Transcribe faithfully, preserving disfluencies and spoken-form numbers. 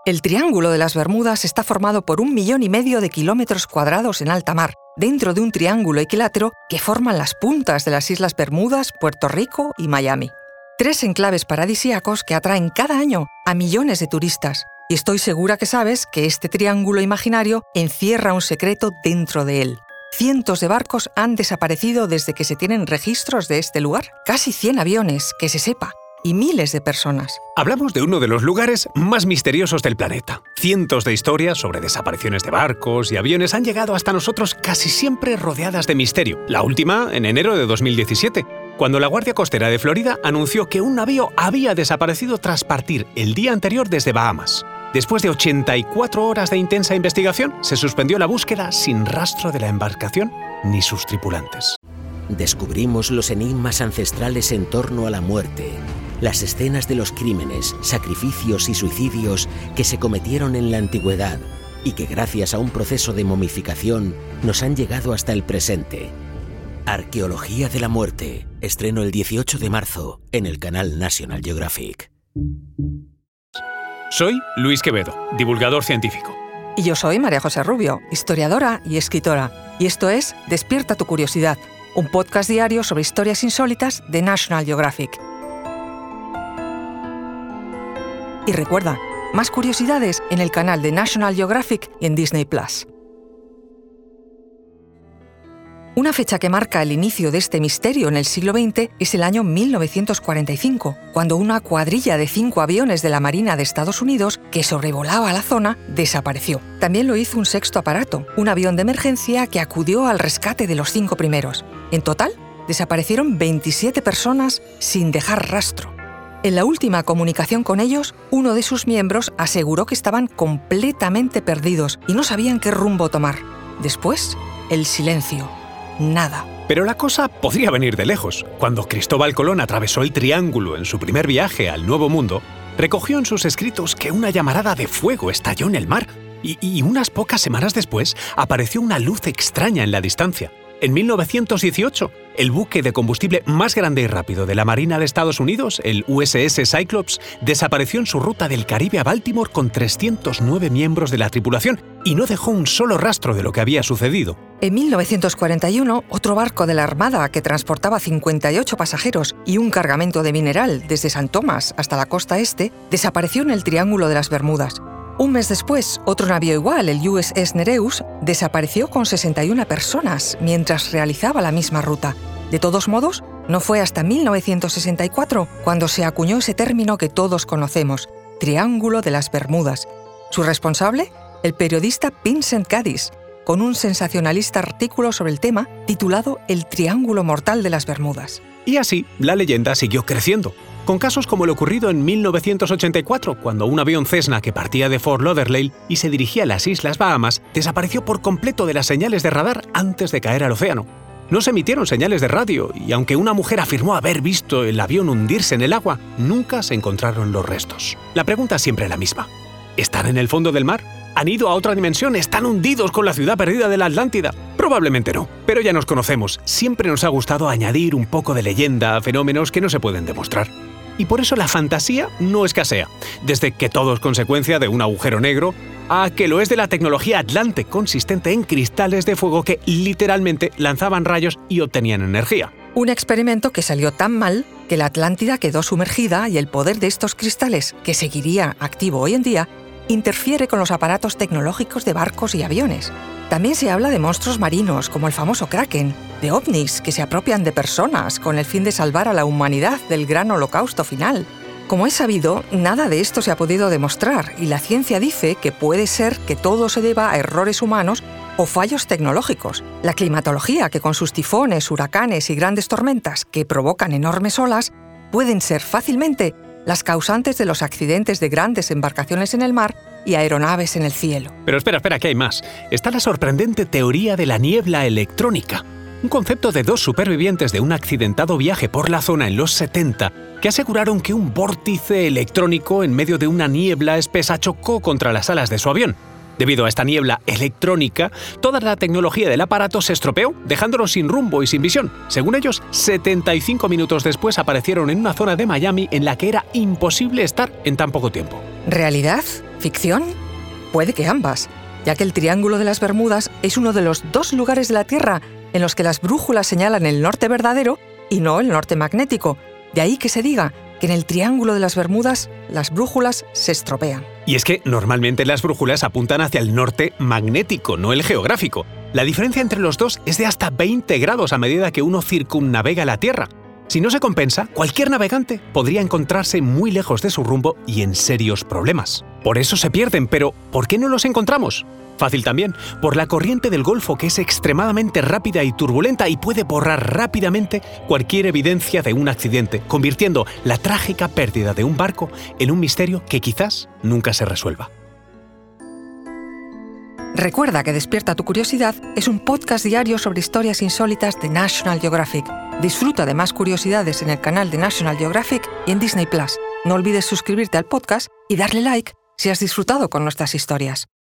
El Triángulo de las Bermudas está formado por un millón y medio de kilómetros cuadrados en alta mar, dentro de un triángulo equilátero que forman las puntas de las Islas Bermudas, Puerto Rico y Miami. Tres enclaves paradisíacos que atraen cada año a millones de turistas. Y estoy segura que sabes que este triángulo imaginario encierra un secreto dentro de él. Cientos de barcos han desaparecido desde que se tienen registros de este lugar. Casi cien aviones, que se sepa. Y miles de personas. Hablamos de uno de los lugares más misteriosos del planeta. Cientos de historias sobre desapariciones de barcos y aviones han llegado hasta nosotros casi siempre rodeadas de misterio. La última en enero de dos mil diecisiete, cuando la Guardia Costera de Florida anunció que un navío había desaparecido tras partir el día anterior desde Bahamas. Después de ochenta y cuatro horas de intensa investigación, se suspendió la búsqueda sin rastro de la embarcación ni sus tripulantes. Descubrimos los enigmas ancestrales en torno a la muerte, las escenas de los crímenes, sacrificios y suicidios que se cometieron en la antigüedad y que gracias a un proceso de momificación nos han llegado hasta el presente. Arqueología de la muerte, estreno el dieciocho de marzo en el canal National Geographic. Soy Luis Quevedo, divulgador científico. Y yo soy María José Rubio, historiadora y escritora. Y esto es Despierta tu curiosidad, un podcast diario sobre historias insólitas de National Geographic. Y recuerda, más curiosidades en el canal de National Geographic y en Disney Plus. Una fecha que marca el inicio de este misterio en el siglo veinte es el año mil novecientos cuarenta y cinco, cuando una cuadrilla de cinco aviones de la Marina de Estados Unidos que sobrevolaba la zona desapareció. También lo hizo un sexto aparato, un avión de emergencia que acudió al rescate de los cinco primeros. En total, desaparecieron veintisiete personas sin dejar rastro. En la última comunicación con ellos, uno de sus miembros aseguró que estaban completamente perdidos y no sabían qué rumbo tomar. Después, el silencio. Nada. Pero la cosa podría venir de lejos. Cuando Cristóbal Colón atravesó el Triángulo en su primer viaje al Nuevo Mundo, recogió en sus escritos que una llamarada de fuego estalló en el mar y, y unas pocas semanas después apareció una luz extraña en la distancia. En mil novecientos dieciocho, el buque de combustible más grande y rápido de la Marina de Estados Unidos, el U S S Cyclops, desapareció en su ruta del Caribe a Baltimore con trescientos nueve miembros de la tripulación y no dejó un solo rastro de lo que había sucedido. En mil novecientos cuarenta y uno, otro barco de la Armada que transportaba cincuenta y ocho pasajeros y un cargamento de mineral desde San Tomás hasta la costa este, desapareció en el Triángulo de las Bermudas. Un mes después, otro navío igual, el U S S Nereus, desapareció con sesenta y una personas mientras realizaba la misma ruta. De todos modos, no fue hasta mil novecientos sesenta y cuatro cuando se acuñó ese término que todos conocemos, Triángulo de las Bermudas. Su responsable, el periodista Vincent Gaddis, con un sensacionalista artículo sobre el tema titulado El Triángulo Mortal de las Bermudas. Y así, la leyenda siguió creciendo, con casos como el ocurrido en mil novecientos ochenta y cuatro, cuando un avión Cessna que partía de Fort Lauderdale y se dirigía a las Islas Bahamas desapareció por completo de las señales de radar antes de caer al océano. No se emitieron señales de radio y aunque una mujer afirmó haber visto el avión hundirse en el agua, nunca se encontraron los restos. La pregunta es siempre la misma. ¿Están en el fondo del mar? ¿Han ido a otra dimensión? ¿Están hundidos con la ciudad perdida de la Atlántida? Probablemente no, pero ya nos conocemos. Siempre nos ha gustado añadir un poco de leyenda a fenómenos que no se pueden demostrar. Y por eso la fantasía no escasea, desde que todo es consecuencia de un agujero negro a que lo es de la tecnología Atlante, consistente en cristales de fuego que literalmente lanzaban rayos y obtenían energía. Un experimento que salió tan mal que la Atlántida quedó sumergida y el poder de estos cristales, que seguiría activo hoy en día, interfiere con los aparatos tecnológicos de barcos y aviones. También se habla de monstruos marinos, como el famoso Kraken, de ovnis que se apropian de personas con el fin de salvar a la humanidad del gran holocausto final. Como es sabido, nada de esto se ha podido demostrar y la ciencia dice que puede ser que todo se deba a errores humanos o fallos tecnológicos. La climatología, que con sus tifones, huracanes y grandes tormentas que provocan enormes olas, pueden ser fácilmente las causantes de los accidentes de grandes embarcaciones en el mar y aeronaves en el cielo. Pero espera, espera, que hay más. Está la sorprendente teoría de la niebla electrónica, un concepto de dos supervivientes de un accidentado viaje por la zona en los setenta que aseguraron que un vórtice electrónico en medio de una niebla espesa chocó contra las alas de su avión. Debido a esta niebla electrónica, toda la tecnología del aparato se estropeó, dejándolo sin rumbo y sin visión. Según ellos, setenta y cinco minutos después aparecieron en una zona de Miami en la que era imposible estar en tan poco tiempo. ¿Realidad? ¿Ficción? Puede que ambas, ya que el Triángulo de las Bermudas es uno de los dos lugares de la Tierra en los que las brújulas señalan el norte verdadero y no el norte magnético. De ahí que se diga que en el Triángulo de las Bermudas las brújulas se estropean. Y es que normalmente las brújulas apuntan hacia el norte magnético, no el geográfico. La diferencia entre los dos es de hasta veinte grados a medida que uno circumnavega la Tierra. Si no se compensa, cualquier navegante podría encontrarse muy lejos de su rumbo y en serios problemas. Por eso se pierden, pero ¿por qué no los encontramos? Fácil también, por la corriente del Golfo, que es extremadamente rápida y turbulenta y puede borrar rápidamente cualquier evidencia de un accidente, convirtiendo la trágica pérdida de un barco en un misterio que quizás nunca se resuelva. Recuerda que Despierta tu Curiosidad es un podcast diario sobre historias insólitas de National Geographic. Disfruta de más curiosidades en el canal de National Geographic y en Disney Plus. No olvides suscribirte al podcast y darle like si has disfrutado con nuestras historias.